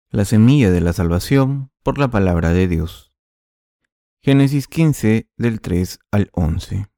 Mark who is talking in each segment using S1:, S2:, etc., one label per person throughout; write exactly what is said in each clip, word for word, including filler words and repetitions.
S1: La semilla de la salvación por la palabra de Dios. Génesis quince, del tres al once.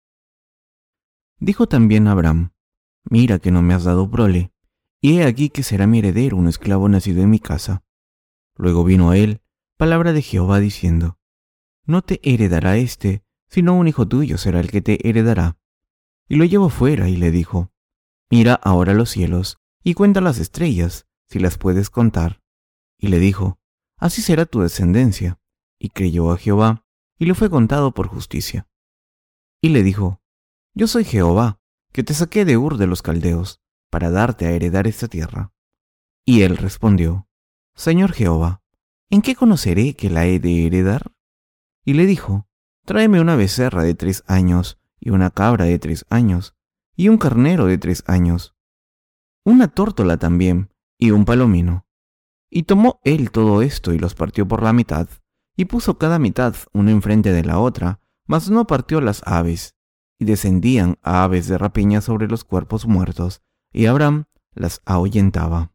S1: Dijo también Abraham: Mira que no me has dado prole, y he aquí que será mi heredero un esclavo nacido en mi casa. Luego vino a él palabra de Jehová diciendo: No te heredará éste, sino un hijo tuyo será el que te heredará. Y lo llevó fuera y le dijo: Mira ahora los cielos, y cuenta las estrellas, si las puedes contar. Y le dijo: Así será tu descendencia. Y creyó a Jehová, y le fue contado por justicia. Y le dijo: Yo soy Jehová, que te saqué de Ur de los Caldeos, para darte a heredar esta tierra. Y él respondió: Señor Jehová, ¿en qué conoceré que la he de heredar? Y le dijo: Tráeme una becerra de tres años, y una cabra de tres años, y un carnero de tres años, una tórtola también, y un palomino. Y tomó él todo esto y los partió por la mitad, y puso cada mitad una enfrente de la otra, mas no partió las aves, y descendían a aves de rapiña sobre los cuerpos muertos, y Abraham las ahuyentaba.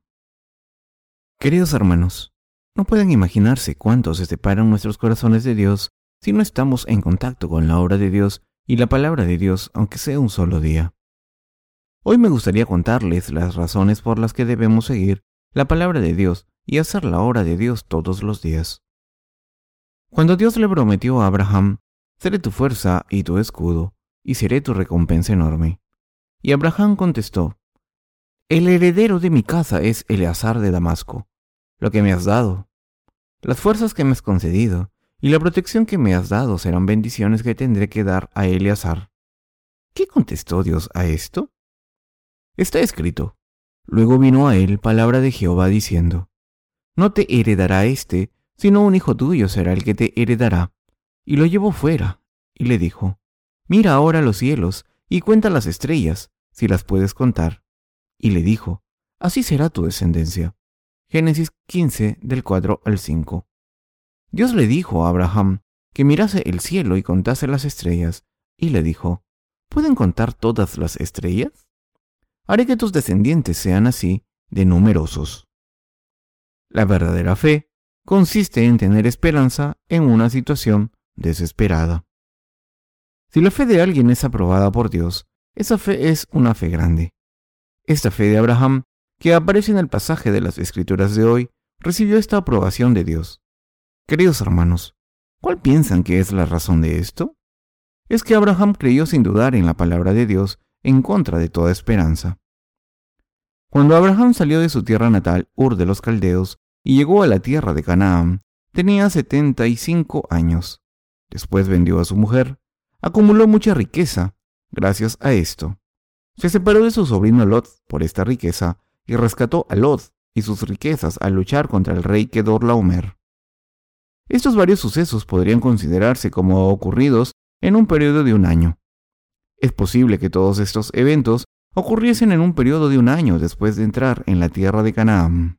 S1: Queridos hermanos, no pueden imaginarse cuánto se separan nuestros corazones de Dios si no estamos en contacto con la obra de Dios y la palabra de Dios, aunque sea un solo día. Hoy me gustaría contarles las razones por las que debemos seguir la palabra de Dios y hacer la obra de Dios todos los días. Cuando Dios le prometió a Abraham: Seré tu fuerza y tu escudo, y seré tu recompensa enorme. Y Abraham contestó: El heredero de mi casa es Eleazar de Damasco. Lo que me has dado, las fuerzas que me has concedido, y la protección que me has dado serán bendiciones que tendré que dar a Eleazar. ¿Qué contestó Dios a esto? Está escrito: Luego vino a él palabra de Jehová diciendo: No te heredará éste, sino un hijo tuyo será el que te heredará. Y lo llevó fuera, y le dijo: Mira ahora los cielos, y cuenta las estrellas, si las puedes contar. Y le dijo: Así será tu descendencia. Génesis quince, del cuatro al cinco. Dios le dijo a Abraham que mirase el cielo y contase las estrellas, y le dijo: ¿Pueden contar todas las estrellas? Haré que tus descendientes sean así de numerosos. La verdadera fe consiste en tener esperanza en una situación desesperada. Si la fe de alguien es aprobada por Dios, esa fe es una fe grande. Esta fe de Abraham, que aparece en el pasaje de las Escrituras de hoy, recibió esta aprobación de Dios. Queridos hermanos, ¿cuál piensan que es la razón de esto? Es que Abraham creyó sin dudar en la palabra de Dios en contra de toda esperanza. Cuando Abraham salió de su tierra natal, Ur de los Caldeos, y llegó a la tierra de Canaán, tenía setenta y cinco años. Después vendió a su mujer, acumuló mucha riqueza. Gracias a esto, se separó de su sobrino Lot por esta riqueza y rescató a Lot y sus riquezas al luchar contra el rey Kedorlaomer. Estos varios sucesos podrían considerarse como ocurridos en un periodo de un año. Es posible que todos estos eventos ocurriesen en un periodo de un año después de entrar en la tierra de Canaán.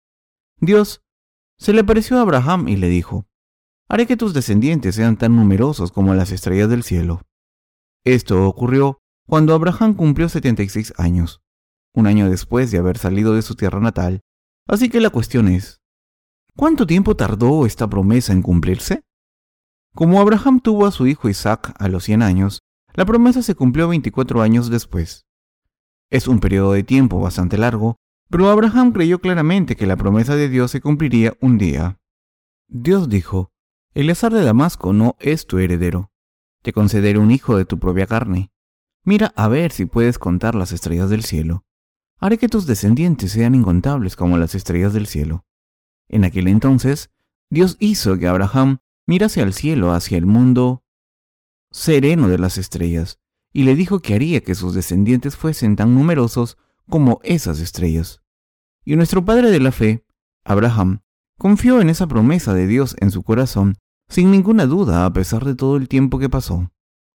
S1: Dios se le apareció a Abraham y le dijo: Haré que tus descendientes sean tan numerosos como las estrellas del cielo. Esto ocurrió cuando Abraham cumplió setenta y seis años, un año después de haber salido de su tierra natal. Así que la cuestión es: ¿cuánto tiempo tardó esta promesa en cumplirse? Como Abraham tuvo a su hijo Isaac a los cien años, la promesa se cumplió veinticuatro años después. Es un periodo de tiempo bastante largo, pero Abraham creyó claramente que la promesa de Dios se cumpliría un día. Dios dijo: Eleazar de Damasco no es tu heredero. Te concederé un hijo de tu propia carne. Mira a ver si puedes contar las estrellas del cielo. Haré que tus descendientes sean incontables como las estrellas del cielo. En aquel entonces, Dios hizo que Abraham mirase al cielo, hacia el mundo sereno de las estrellas, y le dijo que haría que sus descendientes fuesen tan numerosos como esas estrellas. Y nuestro padre de la fe, Abraham, confió en esa promesa de Dios en su corazón sin ninguna duda a pesar de todo el tiempo que pasó.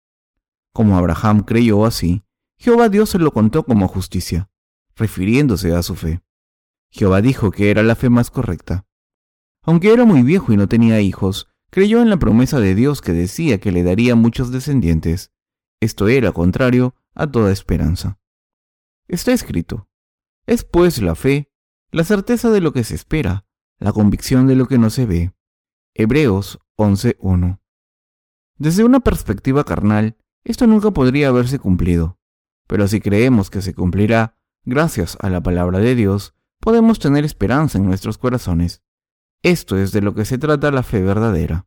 S1: Como Abraham creyó así, Jehová Dios se lo contó como justicia, refiriéndose a su fe. Jehová dijo que era la fe más correcta. Aunque era muy viejo y no tenía hijos, creyó en la promesa de Dios que decía que le daría muchos descendientes. Esto era contrario a toda esperanza. Está escrito: Es pues la fe, la certeza de lo que se espera, la convicción de lo que no se ve. Hebreos once uno. Desde una perspectiva carnal, esto nunca podría haberse cumplido, pero si creemos que se cumplirá, gracias a la palabra de Dios, podemos tener esperanza en nuestros corazones. Esto es de lo que se trata la fe verdadera.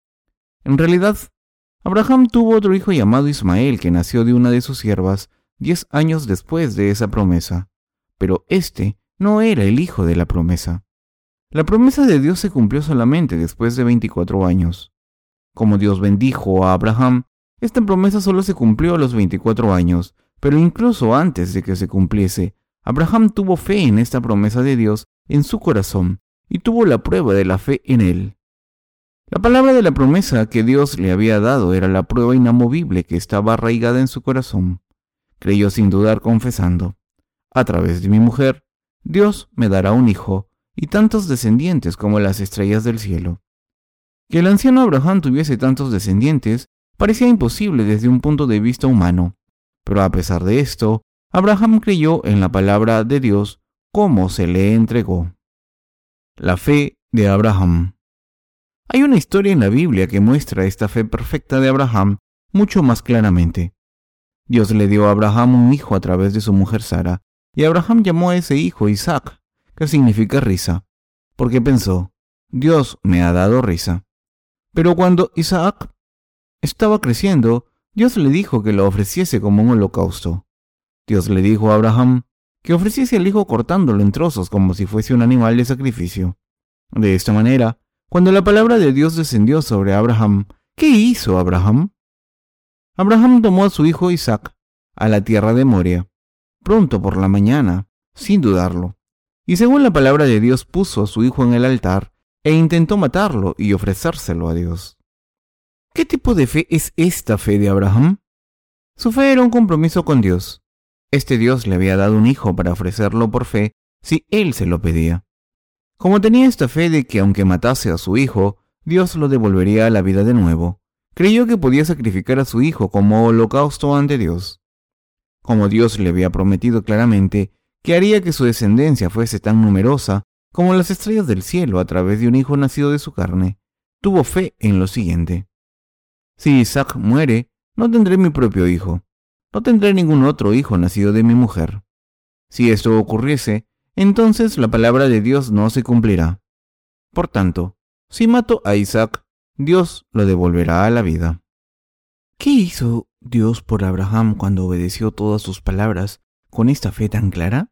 S1: En realidad, Abraham tuvo otro hijo llamado Ismael que nació de una de sus siervas diez años después de esa promesa, pero este no era el hijo de la promesa. La promesa de Dios se cumplió solamente después de veinticuatro años. Como Dios bendijo a Abraham, esta promesa solo se cumplió a los veinticuatro años, pero incluso antes de que se cumpliese, Abraham tuvo fe en esta promesa de Dios en su corazón y tuvo la prueba de la fe en él. La palabra de la promesa que Dios le había dado era la prueba inamovible que estaba arraigada en su corazón. Creyó sin dudar confesando: a través de mi mujer, Dios me dará un hijo y tantos descendientes como las estrellas del cielo. Que el anciano Abraham tuviese tantos descendientes parecía imposible desde un punto de vista humano, pero a pesar de esto, Abraham creyó en la palabra de Dios como se le entregó. La fe de Abraham. Hay una historia en la Biblia que muestra esta fe perfecta de Abraham mucho más claramente. Dios le dio a Abraham un hijo a través de su mujer Sara, y Abraham llamó a ese hijo Isaac, que significa risa, porque pensó: Dios me ha dado risa. Pero cuando Isaac estaba creciendo, Dios le dijo que lo ofreciese como un holocausto. Dios le dijo a Abraham que ofreciese al hijo cortándolo en trozos como si fuese un animal de sacrificio. De esta manera, cuando la palabra de Dios descendió sobre Abraham, ¿qué hizo Abraham? Abraham tomó a su hijo Isaac a la tierra de Moria, pronto por la mañana, sin dudarlo, y según la palabra de Dios puso a su hijo en el altar e intentó matarlo y ofrecérselo a Dios. ¿Qué tipo de fe es esta fe de Abraham? Su fe era un compromiso con Dios. Este Dios le había dado un hijo para ofrecerlo por fe si él se lo pedía. Como tenía esta fe de que aunque matase a su hijo, Dios lo devolvería a la vida de nuevo, creyó que podía sacrificar a su hijo como holocausto ante Dios. Como Dios le había prometido claramente que haría que su descendencia fuese tan numerosa como las estrellas del cielo a través de un hijo nacido de su carne, tuvo fe en lo siguiente: si Isaac muere, no tendré mi propio hijo, no tendré ningún otro hijo nacido de mi mujer. Si esto ocurriese, entonces la palabra de Dios no se cumplirá. Por tanto, si mato a Isaac, Dios lo devolverá a la vida. ¿Qué hizo Dios por Abraham cuando obedeció todas sus palabras con esta fe tan clara?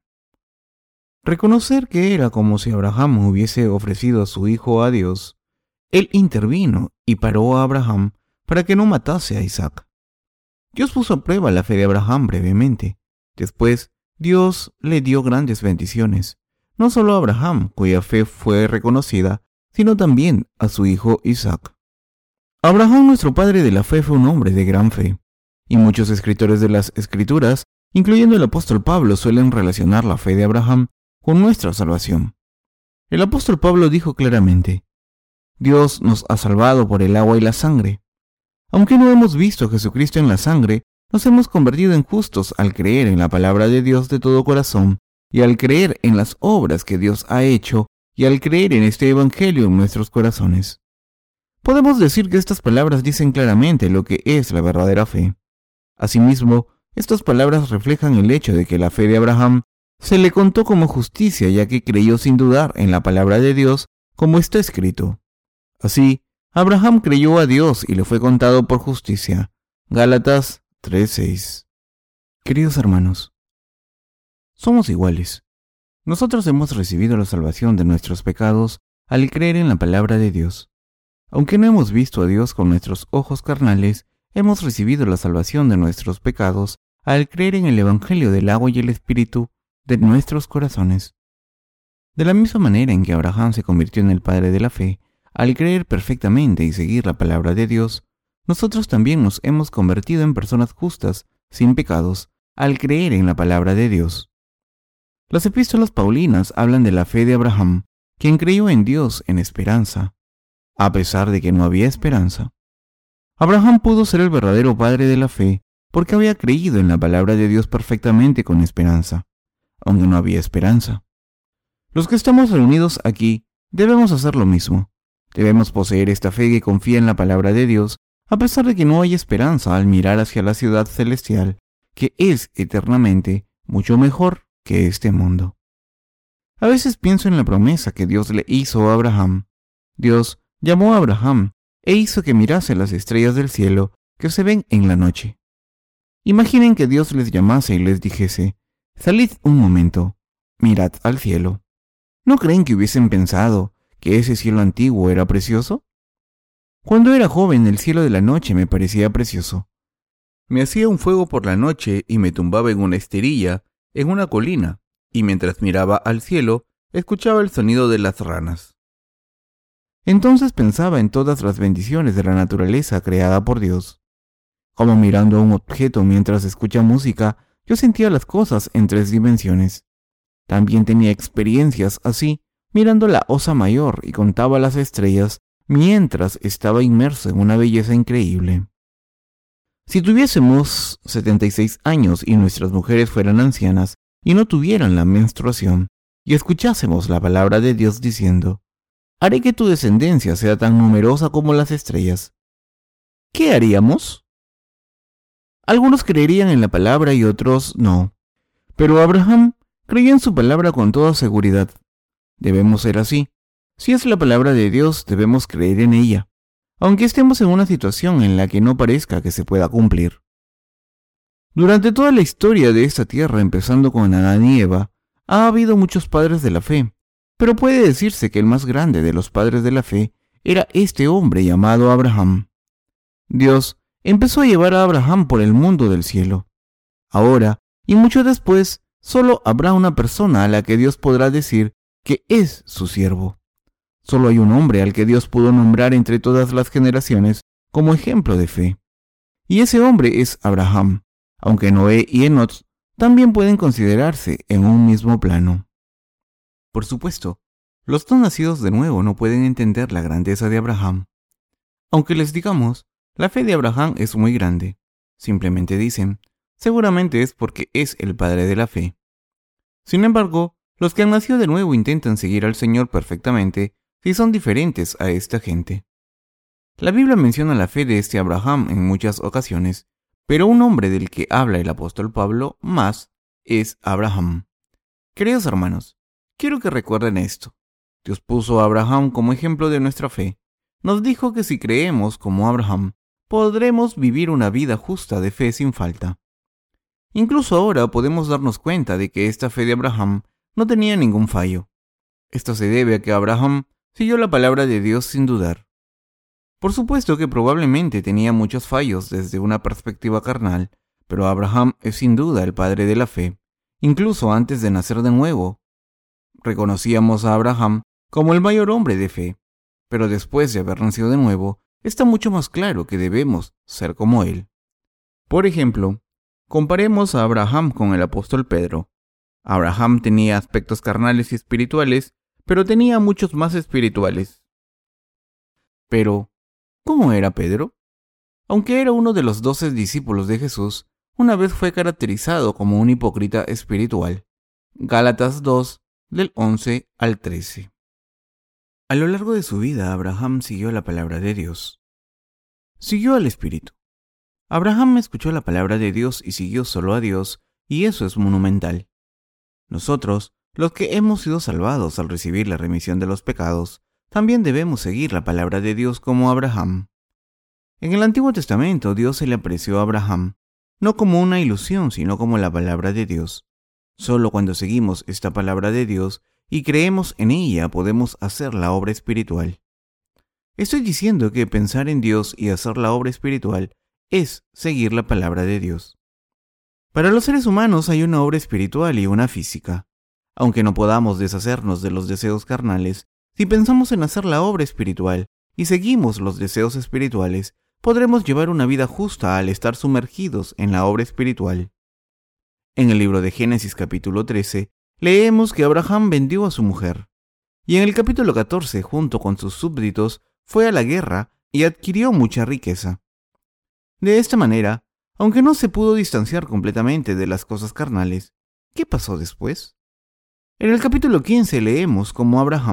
S1: Reconocer que era como si Abraham hubiese ofrecido a su hijo a Dios. Él intervino y paró a Abraham para que no matase a Isaac. Dios puso a prueba la fe de Abraham brevemente. Después, Dios le dio grandes bendiciones, no solo a Abraham, cuya fe fue reconocida, sino también a su hijo Isaac. Abraham, nuestro padre de la fe, fue un hombre de gran fe, y muchos escritores de las Escrituras, incluyendo el apóstol Pablo, suelen relacionar la fe de Abraham con nuestra salvación. El apóstol Pablo dijo claramente: Dios nos ha salvado por el agua y la sangre. Aunque no hemos visto a Jesucristo en la sangre, nos hemos convertido en justos al creer en la palabra de Dios de todo corazón, y al creer en las obras que Dios ha hecho, y al creer en este evangelio en nuestros corazones. Podemos decir que estas palabras dicen claramente lo que es la verdadera fe. Asimismo, estas palabras reflejan el hecho de que la fe de Abraham se le contó como justicia, ya que creyó sin dudar en la palabra de Dios, como está escrito. Así, Abraham creyó a Dios y le fue contado por justicia. Gálatas tres seis. Queridos hermanos, somos iguales. Nosotros hemos recibido la salvación de nuestros pecados al creer en la palabra de Dios. Aunque no hemos visto a Dios con nuestros ojos carnales, hemos recibido la salvación de nuestros pecados al creer en el Evangelio del agua y el Espíritu de nuestros corazones. De la misma manera en que Abraham se convirtió en el padre de la fe, al creer perfectamente y seguir la palabra de Dios, nosotros también nos hemos convertido en personas justas, sin pecados, al creer en la palabra de Dios. Las epístolas paulinas hablan de la fe de Abraham, quien creyó en Dios en esperanza, a pesar de que no había esperanza. Abraham pudo ser el verdadero padre de la fe porque había creído en la palabra de Dios perfectamente con esperanza, aunque no había esperanza. Los que estamos reunidos aquí Debemos hacer lo mismo. Debemos poseer esta fe que confía en la palabra de Dios, a pesar de que no hay esperanza al mirar hacia la ciudad celestial, que es eternamente mucho mejor que este mundo. A veces pienso en la promesa que Dios le hizo a Abraham. Dios llamó a Abraham e hizo que mirase las estrellas del cielo que se ven en la noche. Imaginen que Dios les llamase y les dijese: salid un momento, mirad al cielo. ¿No creen que hubiesen pensado que ese cielo antiguo era precioso? Cuando era joven, el cielo de la noche me parecía precioso. Me hacía un fuego por la noche y me tumbaba en una esterilla, en una colina, y mientras miraba al cielo, escuchaba el sonido de las ranas. Entonces pensaba en todas las bendiciones de la naturaleza creada por Dios. Como mirando a un objeto mientras escucha música, yo sentía las cosas en tres dimensiones. También tenía experiencias así, mirando la Osa Mayor y contaba las estrellas mientras estaba inmerso en una belleza increíble. Si tuviésemos setenta y seis años y nuestras mujeres fueran ancianas y no tuvieran la menstruación, y escuchásemos la palabra de Dios diciendo: haré que tu descendencia sea tan numerosa como las estrellas, ¿qué haríamos? Algunos creerían en la palabra y otros no, pero Abraham creyó en su palabra con toda seguridad. Debemos ser así. Si es la palabra de Dios, debemos creer en ella, aunque estemos en una situación en la que no parezca que se pueda cumplir. Durante toda la historia de esta tierra, empezando con Adán y Eva, ha habido muchos padres de la fe, pero puede decirse que el más grande de los padres de la fe era este hombre llamado Abraham. Dios empezó a llevar a Abraham por el mundo del cielo. Ahora, y mucho después, solo habrá una persona a la que Dios podrá decir que es su siervo. Solo hay un hombre al que Dios pudo nombrar entre todas las generaciones como ejemplo de fe. Y ese hombre es Abraham, aunque Noé y Enoch también pueden considerarse en un mismo plano. Por supuesto, los no nacidos de nuevo no pueden entender la grandeza de Abraham. Aunque les digamos, la fe de Abraham es muy grande, simplemente dicen: seguramente es porque es el padre de la fe. Sin embargo, los que han nacido de nuevo intentan seguir al Señor perfectamente si son diferentes a esta gente. La Biblia menciona la fe de este Abraham en muchas ocasiones, pero un hombre del que habla el apóstol Pablo más es Abraham. Queridos hermanos, quiero que recuerden esto. Dios puso a Abraham como ejemplo de nuestra fe. Nos dijo que si creemos como Abraham, podremos vivir una vida justa de fe sin falta. Incluso ahora podemos darnos cuenta de que esta fe de Abraham no tenía ningún fallo. Esto se debe a que Abraham siguió la palabra de Dios sin dudar. Por supuesto que probablemente tenía muchos fallos desde una perspectiva carnal, pero Abraham es sin duda el padre de la fe, incluso antes de nacer de nuevo. Reconocíamos a Abraham como el mayor hombre de fe, pero después de haber nacido de nuevo, está mucho más claro que debemos ser como él. Por ejemplo, comparemos a Abraham con el apóstol Pedro. Abraham tenía aspectos carnales y espirituales, pero tenía muchos más espirituales. Pero, ¿cómo era Pedro? Aunque era uno de los doce discípulos de Jesús, una vez fue caracterizado como un hipócrita espiritual. Gálatas dos, del once al trece. A lo largo de su vida, Abraham siguió la palabra de Dios. Siguió al Espíritu. Abraham escuchó la palabra de Dios y siguió solo a Dios, y eso es monumental. Nosotros, los que hemos sido salvados al recibir la remisión de los pecados, también debemos seguir la palabra de Dios como Abraham. En el Antiguo Testamento, Dios se le apareció a Abraham, no como una ilusión, sino como la palabra de Dios. Solo cuando seguimos esta palabra de Dios y creemos en ella podemos hacer la obra espiritual. Estoy diciendo que pensar en Dios y hacer la obra espiritual es seguir la palabra de Dios. Para los seres humanos hay una obra espiritual y una física. Aunque no podamos deshacernos de los deseos carnales, si pensamos en hacer la obra espiritual y seguimos los deseos espirituales, podremos llevar una vida justa al estar sumergidos en la obra espiritual. En el libro de Génesis capítulo trece, leemos que Abraham vendió a su mujer, y en el capítulo catorce, junto con sus súbditos, fue a la guerra y adquirió mucha riqueza. De esta manera, aunque no se pudo distanciar completamente de las cosas carnales, ¿qué pasó después? En el capítulo quince leemos cómo Abraham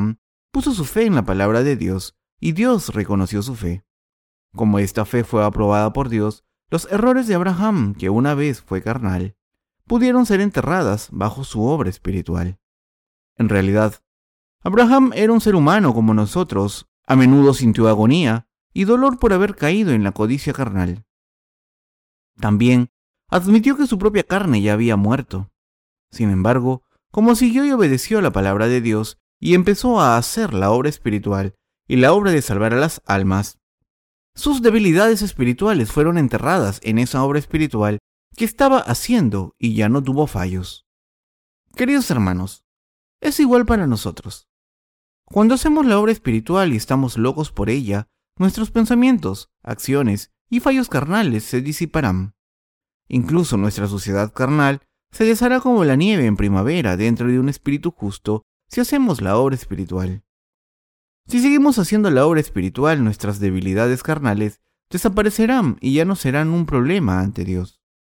S1: puso su fe en la palabra de Dios y Dios reconoció su fe. Como esta fe fue aprobada por Dios, los errores de Abraham, que una vez fue carnal, pudieron ser enterradas bajo su obra espiritual. En realidad, Abraham era un ser humano como nosotros, a menudo sintió agonía y dolor por haber caído en la codicia carnal. También admitió que su propia carne ya había muerto. Sin embargo, como siguió y obedeció la palabra de Dios y empezó a hacer la obra espiritual y la obra de salvar a las almas, sus debilidades espirituales fueron enterradas en esa obra espiritual que estaba haciendo y ya no tuvo fallos. Queridos hermanos, es igual para nosotros. Cuando hacemos la obra espiritual y estamos locos por ella, nuestros pensamientos, acciones y fallos carnales se disiparán. Incluso nuestra suciedad carnal se deshará como la nieve en primavera dentro de un espíritu justo si hacemos la obra espiritual. Si seguimos haciendo la obra espiritual, nuestras debilidades carnales desaparecerán y ya no serán un problema ante Dios.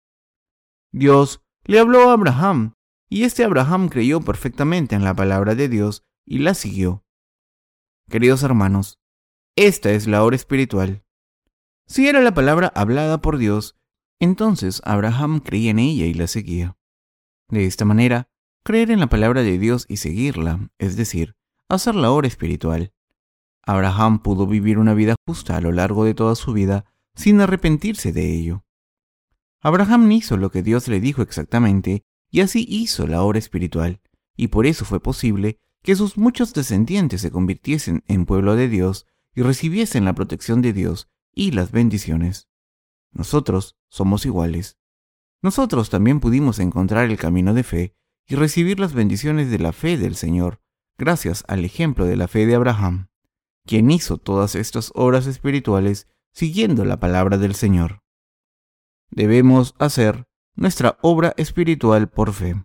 S1: Dios le habló a Abraham, y este Abraham creyó perfectamente en la palabra de Dios y la siguió. Queridos hermanos, esta es la obra espiritual. Si era la palabra hablada por Dios, entonces Abraham creía en ella y la seguía. De esta manera, creer en la palabra de Dios y seguirla, es decir, hacer la obra espiritual, Abraham pudo vivir una vida justa a lo largo de toda su vida sin arrepentirse de ello. Abraham hizo lo que Dios le dijo exactamente y así hizo la obra espiritual, y por eso fue posible que sus muchos descendientes se convirtiesen en pueblo de Dios y recibiesen la protección de Dios y las bendiciones. Nosotros somos iguales. Nosotros también pudimos encontrar el camino de fe y recibir las bendiciones de la fe del Señor, gracias al ejemplo de la fe de Abraham, quien hizo todas estas obras espirituales siguiendo la palabra del Señor. Debemos hacer nuestra obra espiritual por fe.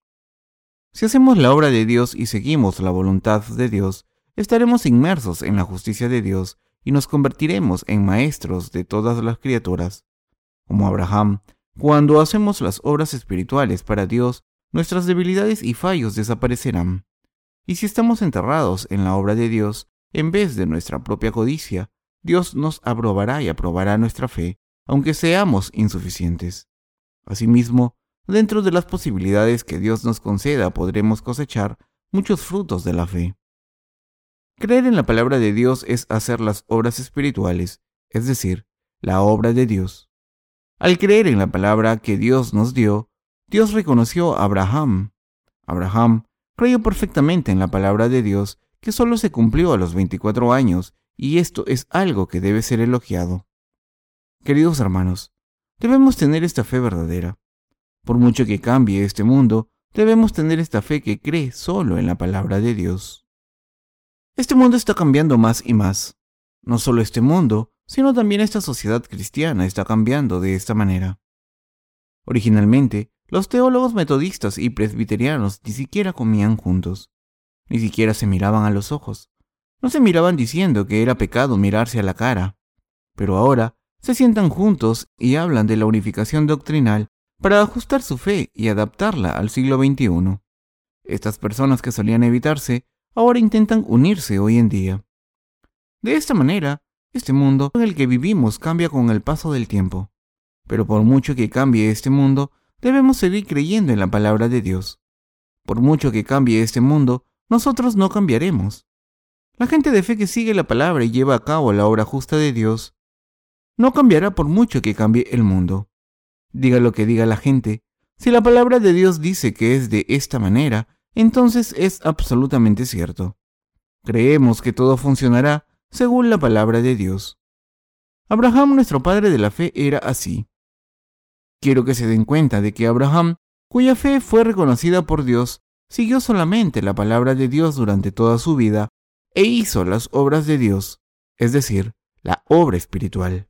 S1: Si hacemos la obra de Dios y seguimos la voluntad de Dios, estaremos inmersos en la justicia de Dios y nos convertiremos en maestros de todas las criaturas. Como Abraham, cuando hacemos las obras espirituales para Dios, nuestras debilidades y fallos desaparecerán. Y si estamos enterrados en la obra de Dios, en vez de nuestra propia codicia, Dios nos aprobará y aprobará nuestra fe, aunque seamos insuficientes. Asimismo, dentro de las posibilidades que Dios nos conceda, podremos cosechar muchos frutos de la fe. Creer en la palabra de Dios es hacer las obras espirituales, es decir, la obra de Dios. Al creer en la palabra que Dios nos dio, Dios reconoció a Abraham. Abraham creyó perfectamente en la palabra de Dios, que solo se cumplió a los veinticuatro años, y esto es algo que debe ser elogiado. Queridos hermanos, debemos tener esta fe verdadera. Por mucho que cambie este mundo, debemos tener esta fe que cree solo en la palabra de Dios. Este mundo está cambiando más y más. No solo este mundo, sino también esta sociedad cristiana está cambiando de esta manera. Originalmente, los teólogos metodistas y presbiterianos ni siquiera comían juntos. Ni siquiera se miraban a los ojos. No se miraban diciendo que era pecado mirarse a la cara. Pero ahora se sientan juntos y hablan de la unificación doctrinal para ajustar su fe y adaptarla al siglo veintiuno. Estas personas que solían evitarse, ahora intentan unirse hoy en día. De esta manera, este mundo en el que vivimos cambia con el paso del tiempo. Pero por mucho que cambie este mundo, debemos seguir creyendo en la palabra de Dios. Por mucho que cambie este mundo, nosotros no cambiaremos. La gente de fe que sigue la palabra y lleva a cabo la obra justa de Dios, no cambiará por mucho que cambie el mundo. Diga lo que diga la gente, si la palabra de Dios dice que es de esta manera, entonces es absolutamente cierto. Creemos que todo funcionará según la palabra de Dios. Abraham, nuestro padre de la fe, era así. Quiero que se den cuenta de que Abraham, cuya fe fue reconocida por Dios, siguió solamente la palabra de Dios durante toda su vida e hizo las obras de Dios, es decir, la obra espiritual.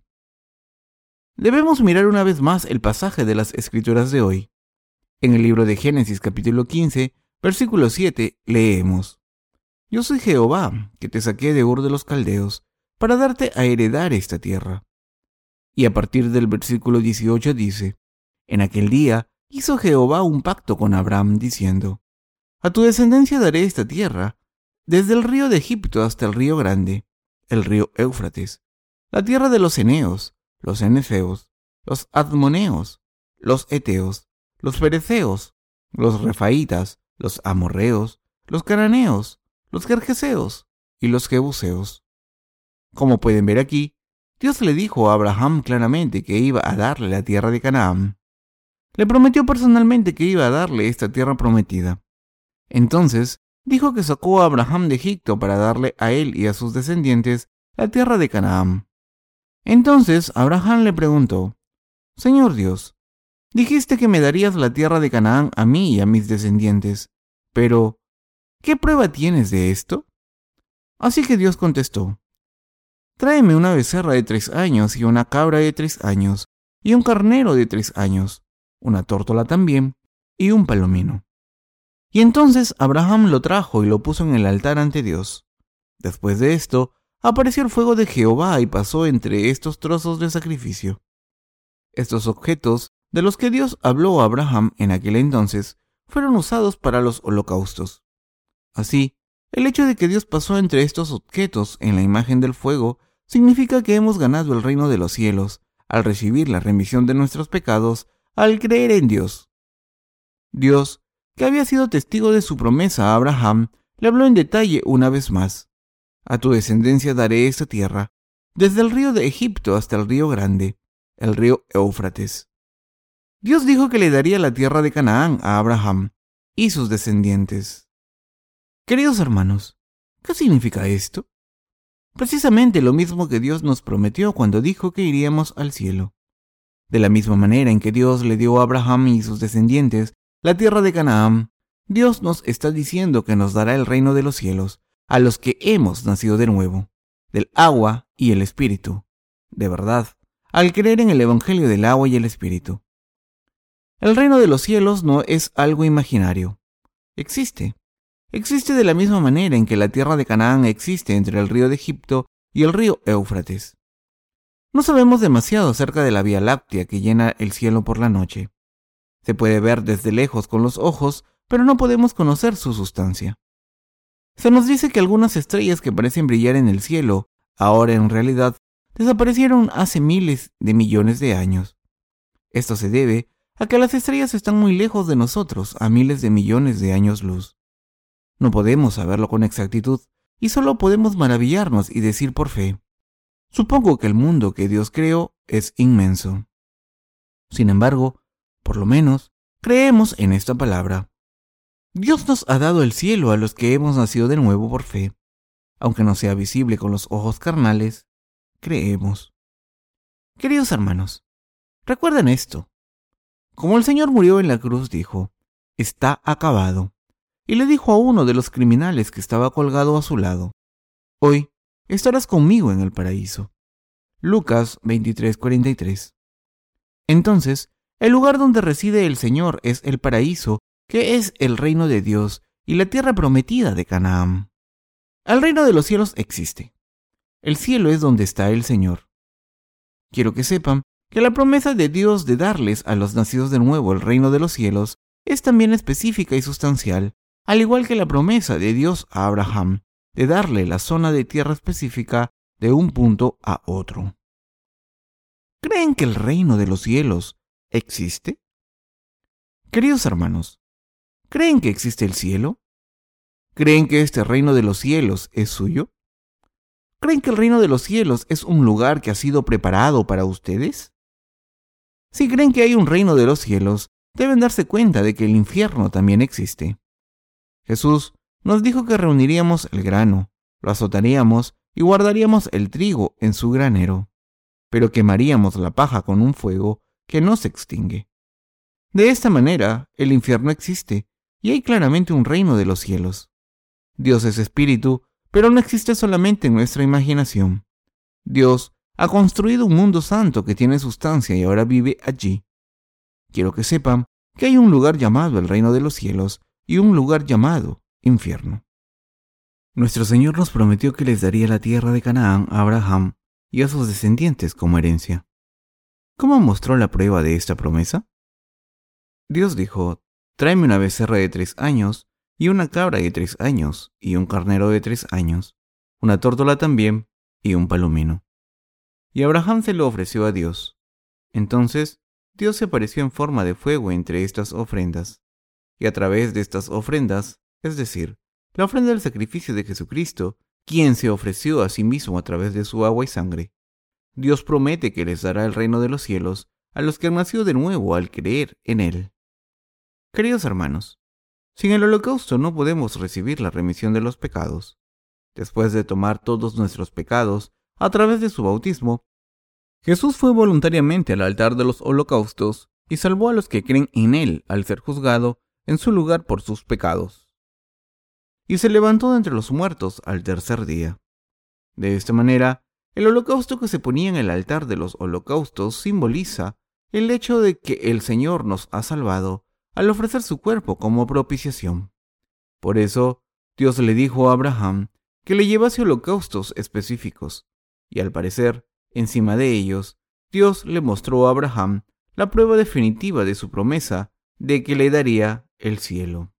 S1: Debemos mirar una vez más el pasaje de las Escrituras de hoy. En el libro de Génesis capítulo quince, versículo siete, leemos: Yo soy Jehová, que te saqué de Ur de los Caldeos, para darte a heredar esta tierra. Y a partir del versículo dieciocho dice: En aquel día hizo Jehová un pacto con Abraham, diciendo: A tu descendencia daré esta tierra, desde el río de Egipto hasta el río grande, el río Éufrates, la tierra de los eneos, los eneseos, los admoneos, los eteos, los fereceos, los refaitas, los amorreos, los cananeos, los gergeseos y los jebuseos. Como pueden ver aquí, Dios le dijo a Abraham claramente que iba a darle la tierra de Canaán. Le prometió personalmente que iba a darle esta tierra prometida. Entonces, dijo que sacó a Abraham de Egipto para darle a él y a sus descendientes la tierra de Canaán. Entonces Abraham le preguntó: Señor Dios, dijiste que me darías la tierra de Canaán a mí y a mis descendientes, pero ¿qué prueba tienes de esto? Así que Dios contestó: Tráeme una becerra de tres años y una cabra de tres años y un carnero de tres años, una tórtola también y un palomino. Y entonces Abraham lo trajo y lo puso en el altar ante Dios. Después de esto, apareció el fuego de Jehová y pasó entre estos trozos de sacrificio. Estos objetos, de los que Dios habló a Abraham en aquel entonces, fueron usados para los holocaustos. Así, el hecho de que Dios pasó entre estos objetos en la imagen del fuego significa que hemos ganado el reino de los cielos al recibir la remisión de nuestros pecados al creer en Dios. Dios, que había sido testigo de su promesa a Abraham, le habló en detalle una vez más: A tu descendencia daré esta tierra, desde el río de Egipto hasta el río grande, el río Éufrates. Dios dijo que le daría la tierra de Canaán a Abraham y sus descendientes. Queridos hermanos, ¿qué significa esto? Precisamente lo mismo que Dios nos prometió cuando dijo que iríamos al cielo. De la misma manera en que Dios le dio a Abraham y sus descendientes la tierra de Canaán, Dios nos está diciendo que nos dará el reino de los cielos a los que hemos nacido de nuevo, del agua y el Espíritu, de verdad, al creer en el Evangelio del agua y el Espíritu. El reino de los cielos no es algo imaginario. Existe. Existe de la misma manera en que la tierra de Canaán existe entre el río de Egipto y el río Éufrates. No sabemos demasiado acerca de la Vía Láctea que llena el cielo por la noche. Se puede ver desde lejos con los ojos, pero no podemos conocer su sustancia. Se nos dice que algunas estrellas que parecen brillar en el cielo, ahora en realidad, desaparecieron hace miles de millones de años. Esto se debe a que las estrellas están muy lejos de nosotros, a miles de millones de años luz. No podemos saberlo con exactitud y solo podemos maravillarnos y decir por fe: supongo que el mundo que Dios creó es inmenso. Sin embargo, por lo menos, creemos en esta palabra. Dios nos ha dado el cielo a los que hemos nacido de nuevo por fe. Aunque no sea visible con los ojos carnales, creemos. Queridos hermanos, recuerden esto. Como el Señor murió en la cruz, dijo: está acabado. Y le dijo a uno de los criminales que estaba colgado a su lado: hoy estarás conmigo en el paraíso. Lucas veintitrés cuarenta y tres. Entonces, el lugar donde reside el Señor es el paraíso, que es el reino de Dios y la tierra prometida de Canaán. El reino de los cielos existe. El cielo es donde está el Señor. Quiero que sepan que la promesa de Dios de darles a los nacidos de nuevo el reino de los cielos es también específica y sustancial, al igual que la promesa de Dios a Abraham de darle la zona de tierra específica de un punto a otro. ¿Creen que el reino de los cielos existe? Queridos hermanos, ¿creen que existe el cielo? ¿Creen que este reino de los cielos es suyo? ¿Creen que el reino de los cielos es un lugar que ha sido preparado para ustedes? Si creen que hay un reino de los cielos, deben darse cuenta de que el infierno también existe. Jesús nos dijo que reuniríamos el grano, lo azotaríamos y guardaríamos el trigo en su granero, pero quemaríamos la paja con un fuego que no se extingue. De esta manera, el infierno existe y hay claramente un reino de los cielos. Dios es espíritu, pero no existe solamente en nuestra imaginación. Dios ha construido un mundo santo que tiene sustancia y ahora vive allí. Quiero que sepan que hay un lugar llamado el reino de los cielos y un lugar llamado infierno. Nuestro Señor nos prometió que les daría la tierra de Canaán a Abraham y a sus descendientes como herencia. ¿Cómo mostró la prueba de esta promesa? Dios dijo: tráeme una becerra de tres años y una cabra de tres años, y un carnero de tres años, una tórtola también, y un palomino. Y Abraham se lo ofreció a Dios. Entonces Dios se apareció en forma de fuego entre estas ofrendas, y a través de estas ofrendas, es decir, la ofrenda del sacrificio de Jesucristo, quien se ofreció a sí mismo a través de su agua y sangre, Dios promete que les dará el reino de los cielos a los que han nacido de nuevo al creer en Él. Queridos hermanos, sin el holocausto no podemos recibir la remisión de los pecados. Después de tomar todos nuestros pecados a través de su bautismo, Jesús fue voluntariamente al altar de los holocaustos y salvó a los que creen en Él al ser juzgado en su lugar por sus pecados. Y se levantó de entre los muertos al tercer día. De esta manera, el holocausto que se ponía en el altar de los holocaustos simboliza el hecho de que el Señor nos ha salvado al ofrecer su cuerpo como propiciación. Por eso, Dios le dijo a Abraham que le llevase holocaustos específicos, y al parecer, encima de ellos, Dios le mostró a Abraham la prueba definitiva de su promesa de que le daría el cielo.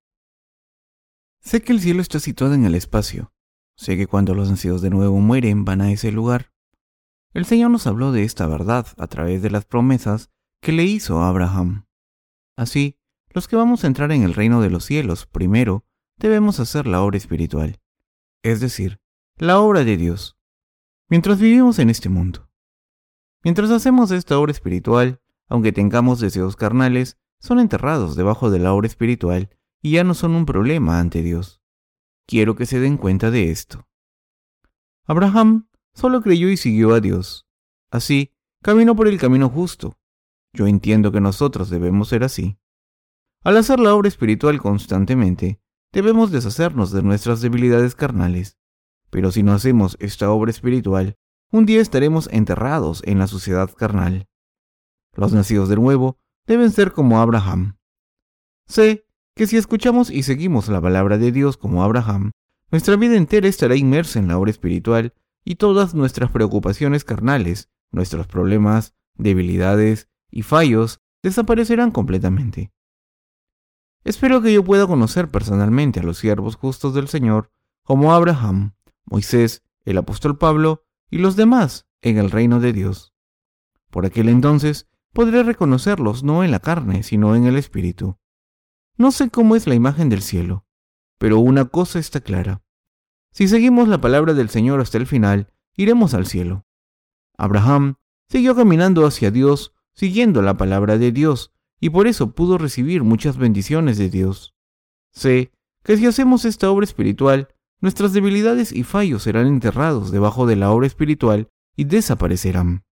S1: Sé que el cielo está situado en el espacio. Sé que cuando los nacidos de nuevo mueren van a ese lugar. El Señor nos habló de esta verdad a través de las promesas que le hizo a Abraham. Así, los que vamos a entrar en el reino de los cielos, primero, debemos hacer la obra espiritual, es decir, la obra de Dios, mientras vivimos en este mundo. Mientras hacemos esta obra espiritual, aunque tengamos deseos carnales, son enterrados debajo de la obra espiritual y ya no son un problema ante Dios. Quiero que se den cuenta de esto. Abraham solo creyó y siguió a Dios. Así, caminó por el camino justo. Yo entiendo que nosotros debemos ser así. Al hacer la obra espiritual constantemente, debemos deshacernos de nuestras debilidades carnales. Pero si no hacemos esta obra espiritual, un día estaremos enterrados en la suciedad carnal. Los nacidos de nuevo deben ser como Abraham. Sé que si escuchamos y seguimos la palabra de Dios como Abraham, nuestra vida entera estará inmersa en la obra espiritual y todas nuestras preocupaciones carnales, nuestros problemas, debilidades y fallos desaparecerán completamente. Espero que yo pueda conocer personalmente a los siervos justos del Señor como Abraham, Moisés, el apóstol Pablo y los demás en el reino de Dios. Por aquel entonces podré reconocerlos no en la carne, sino en el espíritu. No sé cómo es la imagen del cielo, pero una cosa está clara. Si seguimos la palabra del Señor hasta el final, iremos al cielo. Abraham siguió caminando hacia Dios, siguiendo la palabra de Dios, y por eso pudo recibir muchas bendiciones de Dios. Sé que si hacemos esta obra espiritual, nuestras debilidades y fallos serán enterrados debajo de la obra espiritual y desaparecerán.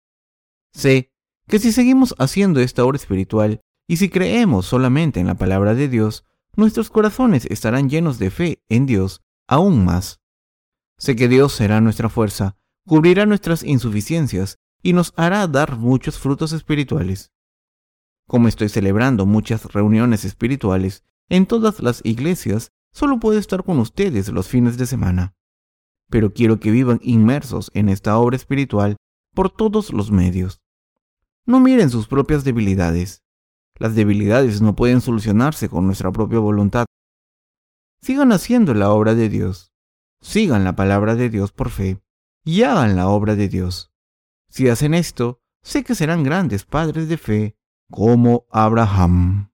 S1: Sé que si seguimos haciendo esta obra espiritual, y si creemos solamente en la palabra de Dios, nuestros corazones estarán llenos de fe en Dios aún más. Sé que Dios será nuestra fuerza, cubrirá nuestras insuficiencias y nos hará dar muchos frutos espirituales. Como estoy celebrando muchas reuniones espirituales en todas las iglesias, solo puedo estar con ustedes los fines de semana. Pero quiero que vivan inmersos en esta obra espiritual por todos los medios. No miren sus propias debilidades. Las debilidades no pueden solucionarse con nuestra propia voluntad. Sigan haciendo la obra de Dios. Sigan la palabra de Dios por fe y hagan la obra de Dios. Si hacen esto, sé que serán grandes padres de fe como Abraham.